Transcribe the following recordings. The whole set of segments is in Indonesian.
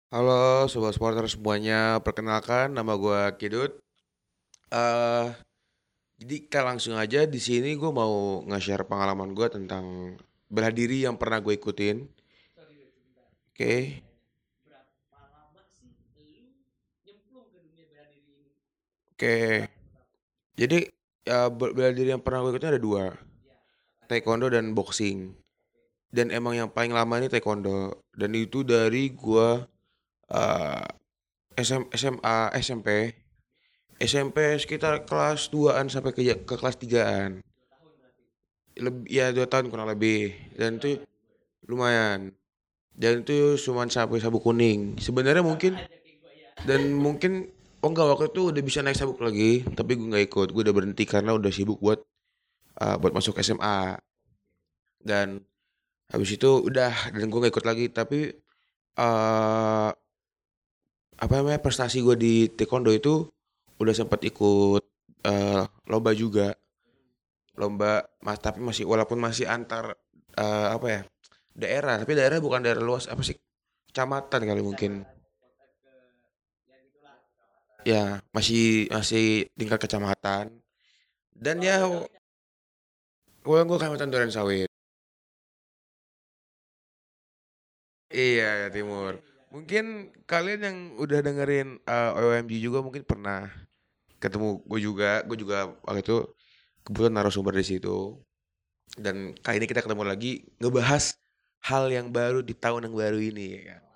Halo sobat supporter semuanya, perkenalkan nama gue Kidut. eh jadi kita langsung aja di sini gue mau nge-share pengalaman gue tentang bela diri yang pernah gue ikutin. Oke, oke. Jadi bela diri yang pernah gue ikutin ada dua, taekwondo dan boxing. Dan emang yang paling lama ini taekwondo. Dan itu dari gue eh SMA, SMP sekitar kelas 2-an sampai ke kelas 3-an. Lebih ya 2 tahun kurang lebih. Dan itu lumayan. Dan itu cuma sabuk kuning. Sebenarnya mungkin dan mungkin oh enggak waktu itu udah bisa naik sabuk lagi, tapi gue nggak ikut. Gue udah berhenti karena udah sibuk buat masuk SMA. Dan habis itu udah dan gue nggak ikut lagi. Tapi eh apa namanya prestasi gue di taekwondo itu udah sempat ikut lomba juga. Lomba mas tapi masih walaupun masih antar apa ya daerah, tapi daerah bukan daerah luas apa sih kecamatan kali mungkin. Ya, masih masih tingkat kecamatan. Dan ya, gue kecamatan Duren Sawit. Iya, ya timur. Mungkin kalian yang udah dengerin OMG juga mungkin pernah ketemu gue juga waktu itu kebetulan narasumber di situ. Dan kali ini kita ketemu lagi ngebahas hal yang baru di tahun yang baru ini ya kan.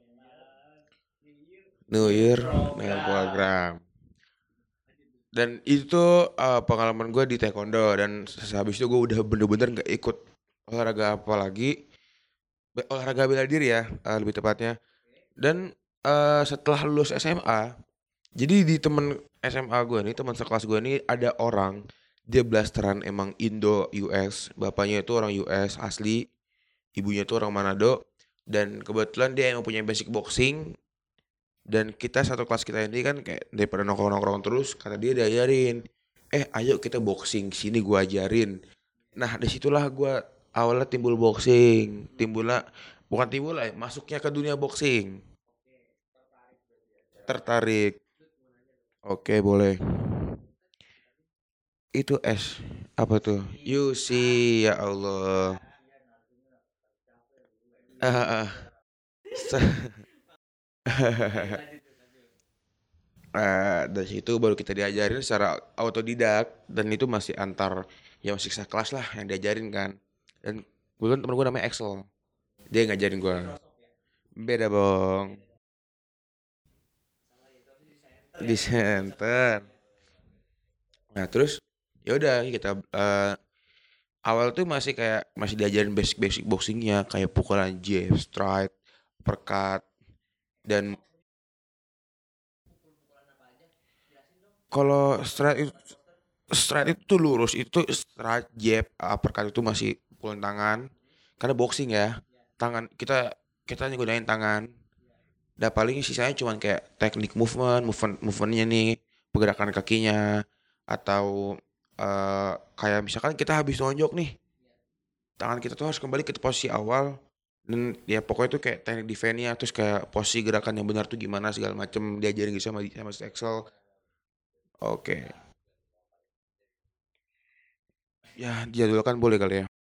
New Year, New Program. Dan itu pengalaman gue di taekwondo dan sehabis itu gue udah bener-bener nggak ikut olahraga apa lagi. Olahraga bela diri ya, lebih tepatnya. Dan setelah lulus SMA, jadi di temen SMA gue nih, teman sekelas gue nih ada orang dia blasteran emang Indo US, bapaknya itu orang US asli, ibunya itu orang Manado, dan kebetulan dia emang punya basic boxing. Dan kita satu kelas kita ini kan kayak daripada nongkrong-nongkrong terus, kata dia diajarin, ayo kita boxing, sini gue ajarin. Nah disitulah gue awalnya timbul boxing, timbullah bukan timbul lah, masuknya ke dunia boxing. Tertarik. Oke, boleh. Itu S. Apa tuh? Yusi, ya Allah. Ah, ah. Se- dari situ baru kita diajarin secara autodidak dan itu masih antar ya masih sekelas lah yang diajarin kan. Dan gue kan temen gue namanya Axel. Dia ngajarin gue. Beda bong. Di center. Nah terus ya udah kita awal tuh masih kayak masih diajarin basic-basic boxingnya kayak pukulan jab, strike, uppercut dan kalau strike itu tuh lurus itu strike jab uppercut itu masih pukulan tangan karena boxing ya tangan kita gunain tangan. Dan paling sisanya cuman kayak teknik movementnya nih pergerakan kakinya atau kayak misalkan kita habis nonjok nih tangan kita tuh harus kembali ke posisi awal dan ya pokoknya tuh kayak teknik defense-nya terus kayak posisi gerakan yang benar tuh gimana segala macem diajarin gitu sama si Excel. Oke, ya dijadwalkan boleh kali ya.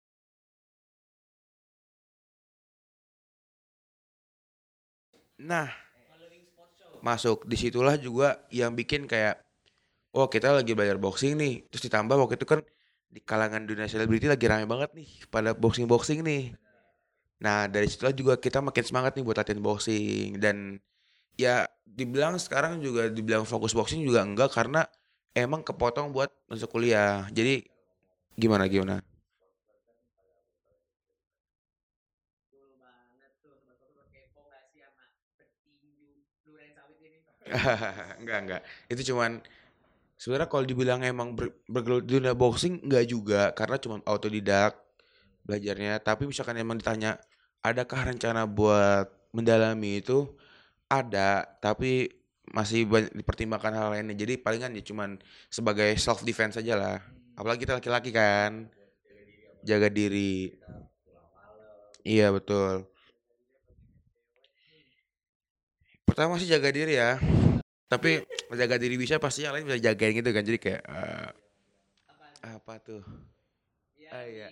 Nah, masuk disitulah juga yang bikin kayak oh kita lagi belajar boxing nih terus ditambah waktu itu kan di kalangan dunia selebriti lagi rame banget nih pada boxing boxing nih. Nah dari situlah juga kita makin semangat nih buat latihan boxing dan ya dibilang sekarang juga dibilang fokus boxing juga enggak karena emang kepotong buat masuk kuliah. Jadi gimana gimana? Enggak. Itu cuman sebenarnya kalau dibilang emang bergelut di dunia boxing enggak juga karena cuman autodidak belajarnya. Tapi misalkan emang ditanya adakah rencana buat mendalami itu ada, tapi masih banyak dipertimbangkan hal lainnya. Jadi palingan ya cuman sebagai self defense aja lah. Apalagi kita laki-laki kan, jaga diri. Iya betul. Pertama sih jaga diri ya. Tapi jaga diri bisa pasti yang lain bisa jagain gitu kan. Jadi kayak apa tuh? Ah iya.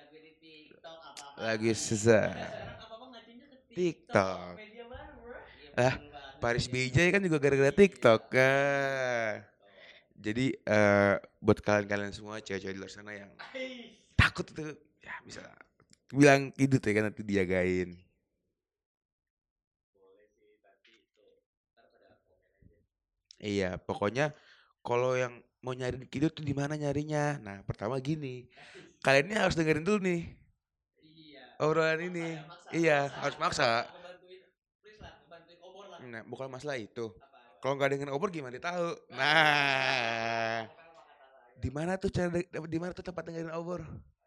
Lagi susah. TikTok. Ah, Paris BJ kan juga gara-gara TikTok. Jadi buat kalian-kalian semua cewek-cewek di luar sana yang takut itu ya bisa bilang gitu ya kan nanti dijagain. Iya, pokoknya kalau yang mau nyari Kido tuh di mana nyarinya? Nah, pertama gini, kalian ini harus dengerin dulu nih obrolan ini. Iya, harus maksa. Nah, bukan masalah itu. Kalau nggak dengerin obor gimana dia tahu? Nah, di mana tuh di mana tuh tempat dengerin obor?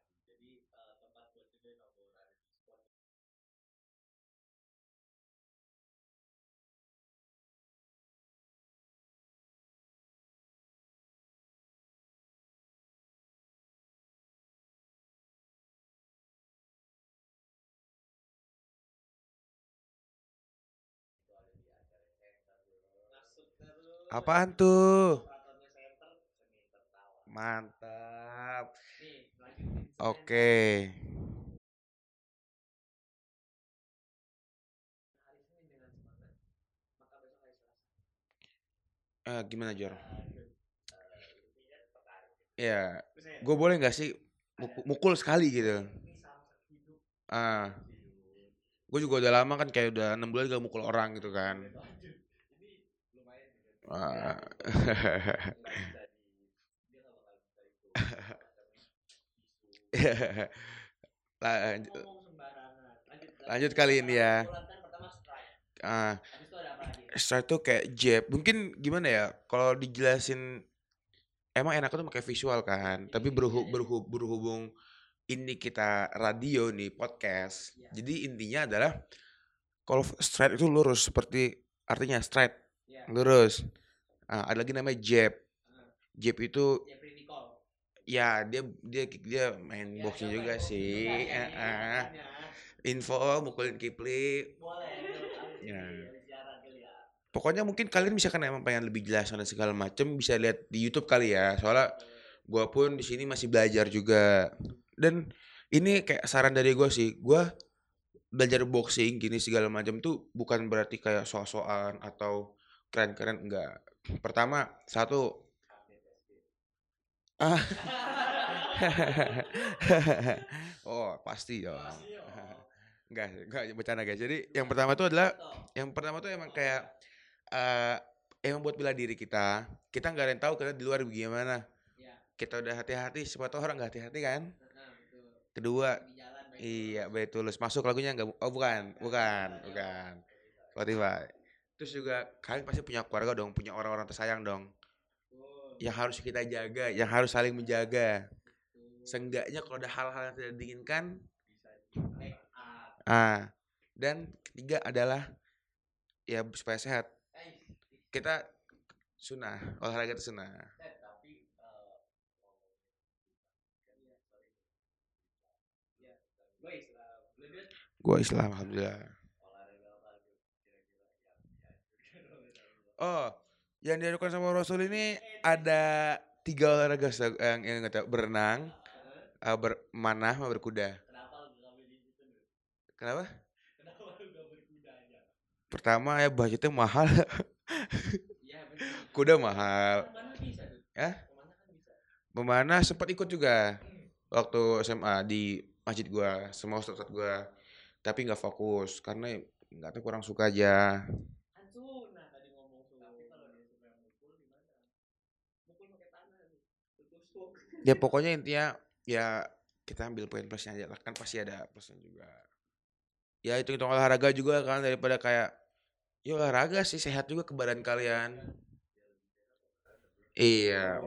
Apaan tuh? Mantap. Oke. Gimana Jor? Ya, gue boleh nggak sih mukul sekali gitu? Ah, gue juga udah lama kan kayak udah 6 bulan gak mukul orang gitu kan. Ah. Lanjut, lanjut kali ini ya. Ah, strike tuh kayak jab. Mungkin gimana ya? Kalau dijelasin emang enak tuh pakai visual kan. Tapi berhubung ini kita radio nih podcast. Jadi intinya adalah kalau straight itu lurus seperti artinya straight lurus. Ada lagi namanya jab. Jab itu ya dia main boxing juga sih. Info mukulin Kipli. Ya. Pokoknya mungkin kalian bisa kan emang pengen lebih jelas dan segala macem bisa lihat di YouTube kali ya. Soalnya gue pun di sini masih belajar juga. Dan ini kayak saran dari gue sih, gue belajar boxing gini segala macam tuh bukan berarti kayak sok-sokan atau keren-keren enggak. Pertama, satu ah oh, pasti dong. Enggak bercanda guys. Jadi yang pertama tuh emang kayak eh emang buat bela diri kita. Kita nggak ada yang tahu kita di luar gimana. Kita udah hati-hati, siapa tahu orang nggak hati-hati kan. Kedua, iya betul. Masuk lagunya nggak? Oh bukan, bukan. Spotify. Terus juga kalian pasti punya keluarga dong, punya orang-orang tersayang dong. Yang harus kita jaga, yang harus saling menjaga. Seenggaknya kalau ada hal-hal yang tidak diinginkan, ah. Dan ketiga adalah ya supaya sehat. Kita sunnah, olahraga itu sunnah. Gua Islam, alhamdulillah. Oh, yang diadukan sama Rasul ini ada 3 olahraga yang nggak tahu, berenang, bermanah, sama berkuda. Kenapa? Pertama ya budgetnya mahal, kuda mahal. Ya, memanah sempat ikut juga waktu SMA di masjid gua, sama ustadz gua. Tapi nggak fokus karena nggak tahu kurang suka aja. Ya pokoknya intinya ya kita ambil poin plusnya aja lah kan pasti ada plusnya juga. Ya itu hitung olahraga juga kan daripada kayak ya olahraga sih sehat juga ke badan kalian. Iya,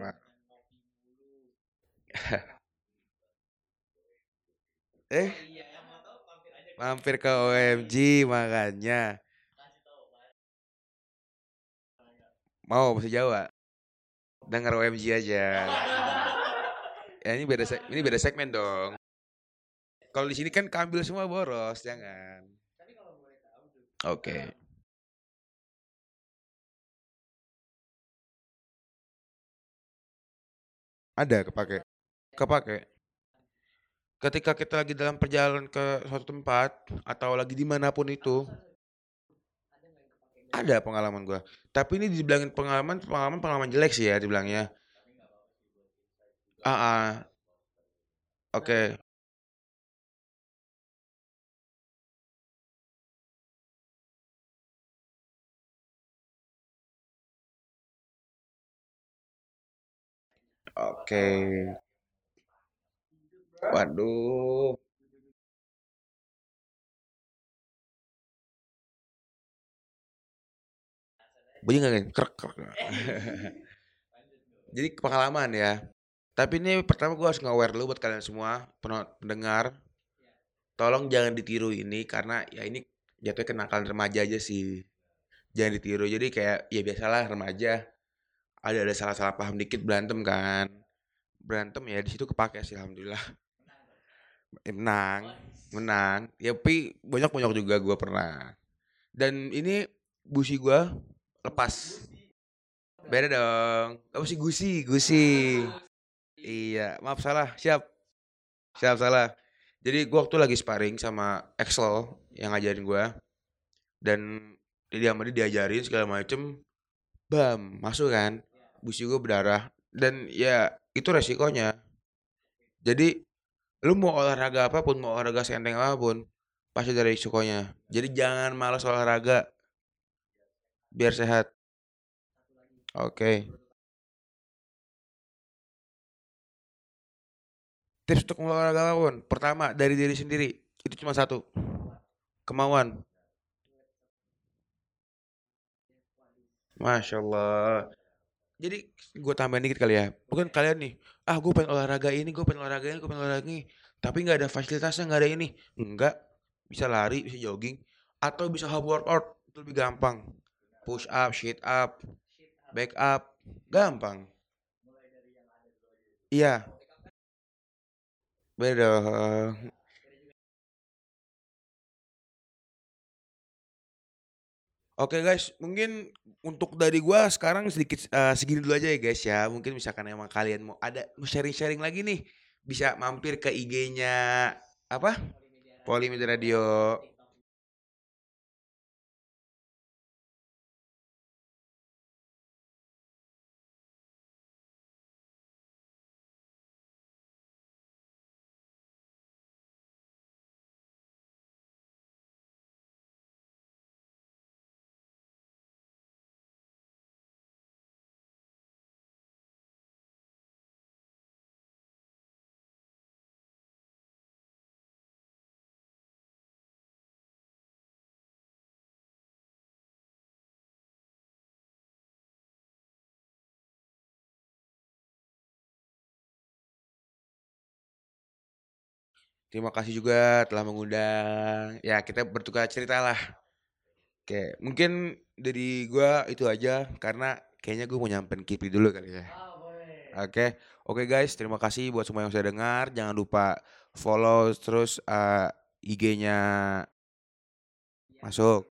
eh mampir ke OMG makanya mau bahasa Jawa dengar OMG aja. Ya ini beda segmen dong. Kalau di sini kan kambil semua boros, jangan. Oke. Ada kepake. Kepake. Ketika kita lagi dalam perjalanan ke suatu tempat atau lagi dimanapun itu, ada pengalaman gua. Tapi ini dibilangin pengalaman jelek sih ya dibilangnya. Ah, ah, oke, oke. Waduh. Bunyi nggak nih? Krek, krek. Jadi pengalaman ya. Tapi ini pertama gue harus nge-aware dulu buat kalian semua pendengar. Tolong jangan ditiru ini karena ya ini jatuhnya kenakalan remaja aja sih. Jangan ditiru. Jadi kayak ya biasalah remaja ada salah-salah paham dikit berantem kan. Berantem ya di situ kepake sih alhamdulillah. Menang, menang. Ya tapi banyak-banyak juga gue pernah. Dan ini busi gue lepas. Beda dong. Apa sih gusi, gusi. Iya, maaf salah. Siap. Siap salah. Jadi gua waktu lagi sparring sama Axel yang ngajarin gua dan dia sama dia diajarin segala macem, bam, masuk kan. Busi gua berdarah dan ya itu resikonya. Jadi lu mau olahraga apapun, mau olahraga seenteng apapun, pasti ada resikonya. Jadi jangan malas olahraga biar sehat. Oke. Tips untuk olahraga apapun. Pertama dari diri sendiri. Itu cuma satu, kemauan. Masya Allah. Jadi gue tambahin dikit kali ya. Mungkin kalian nih, ah gue pengen olahraga ini, gue pengen olahraga ini, gue pengen olahraga ini. Tapi nggak ada fasilitasnya, nggak ada ini. Enggak, bisa lari, bisa jogging, atau bisa home workout. Itu lebih gampang. Push up, sit up, back up, gampang. Iya, beda. Oke guys, mungkin untuk dari gua sekarang sedikit segini dulu aja ya guys ya. Mungkin misalkan emang kalian mau sharing-sharing lagi nih, bisa mampir ke IG-nya apa? Polimedia Radio. Terima kasih juga telah mengundang. Ya, kita bertukar cerita lah. Oke, mungkin dari gua itu aja karena kayaknya gue mau nyampein Kipi dulu kali ya. Oke, oke guys, terima kasih buat semua yang sudah dengar. Jangan lupa follow terus IG-nya masuk.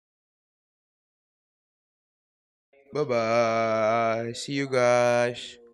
Bye bye. See you guys.